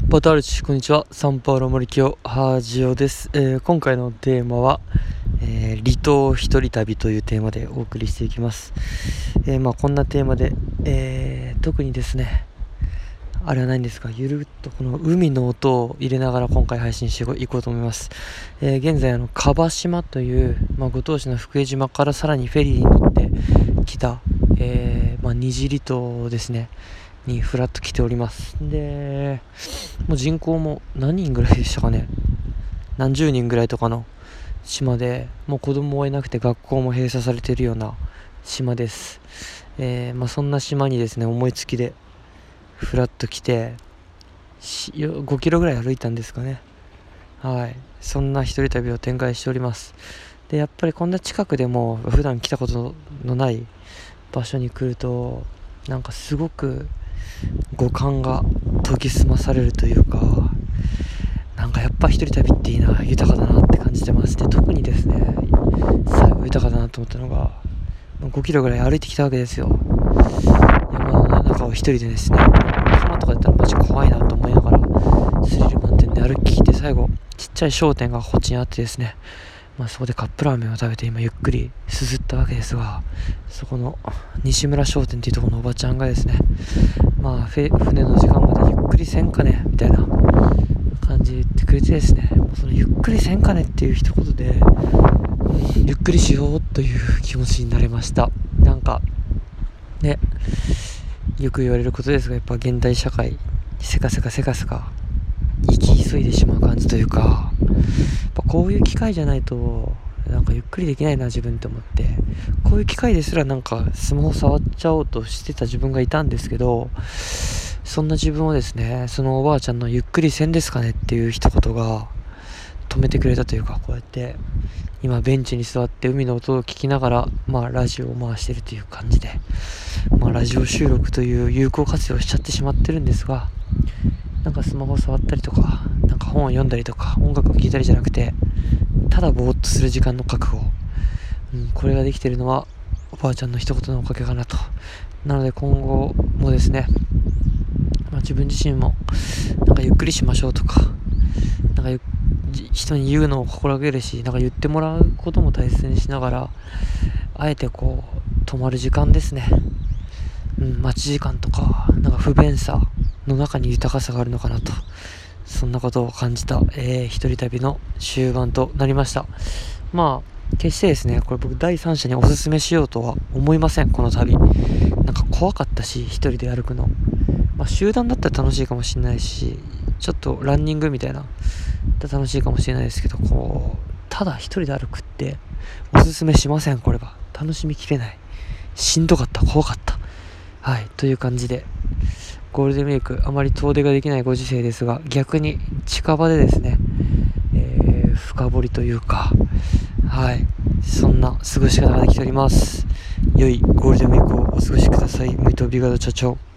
バタールチこんにちは。サンパウロ森清ハージオです。今回のテーマは、離島一人旅というテーマでお送りしていきます。こんなテーマで、特にですねあれはないんですが、ゆるっとこの海の音を入れながら今回配信していこうと思います。現在樺島という、五島市の福江島からさらにフェリーに乗ってきた、二次離島ですねにフラッと来ております。で、もう人口も何人ぐらいでしたかね、何十人ぐらいとかの島で、もう子供もいなくて学校も閉鎖されているような島です。そんな島にですね、思いつきでフラッと来て5キロぐらい歩いたんですかね。はい、そんな一人旅を展開しております。で、やっぱりこんな近くでも普段来たことのない場所に来ると、なんかすごく五感が研ぎ澄まされるというか、なんかやっぱ一人旅っていいな、豊かだなって感じてます。で、特にですね、最後豊かだなと思ったのが、5キロぐらい歩いてきたわけですよ。山の中を一人でですね、熊とかやったらマジ怖いなと思いながらスリル満点で歩ききって、最後ちっちゃい商店がこっちにあってですね、そこでカップラーメンを食べて今ゆっくりすすったわけですが、そこの西村商店っていうところのおばちゃんがですね、船の時間までゆっくりせんかねみたいな感じで言ってくれてですね、そのゆっくりせんかねっていう一言で、ゆっくりしようという気持ちになれました。なんかね、よく言われることですが、やっぱ現代社会せかせか生き急いでしまう感じというか、こういう機会じゃないとなんかゆっくりできないな自分と思って、こういう機会ですらなんかスマホ触っちゃおうとしてた自分がいたんですけど、そんな自分をですね、そのおばあちゃんのゆっくりせんですかねっていう一言が止めてくれたというか、こうやって今ベンチに座って海の音を聞きながら、ラジオを回してるという感じで、ラジオ収録という有効活用しちゃってしまってるんですが、なんかスマホ触ったりとか、なんか本を読んだりとか音楽を聴いたりじゃなくて、ただぼーっとする時間の確保、これができているのはおばあちゃんの一言のおかげかなと。なので今後もですね、自分自身もなんかゆっくりしましょうとか、なんか人に言うのを心がけるし、なんか言ってもらうことも大切にしながら、あえてこう止まる時間ですね、待ち時間とか、なんか不便さの中に豊かさがあるのかなと、そんなことを感じた、一人旅の終盤となりました。決してですね、これ僕第三者におすすめしようとは思いません。この旅なんか怖かったし、一人で歩くの、集団だったら楽しいかもしれないし、ちょっとランニングみたいな楽しいかもしれないですけど、ただ一人で歩くっておすすめしません。これは楽しみきれない、しんどかった、怖かった。はい、という感じで、ゴールデンウィークあまり遠出ができないご時世ですが、逆に近場でですね、深掘りというか、そんな過ごし方ができております。良いゴールデンウィークをお過ごしください。Muito obrigado, tchau tchau。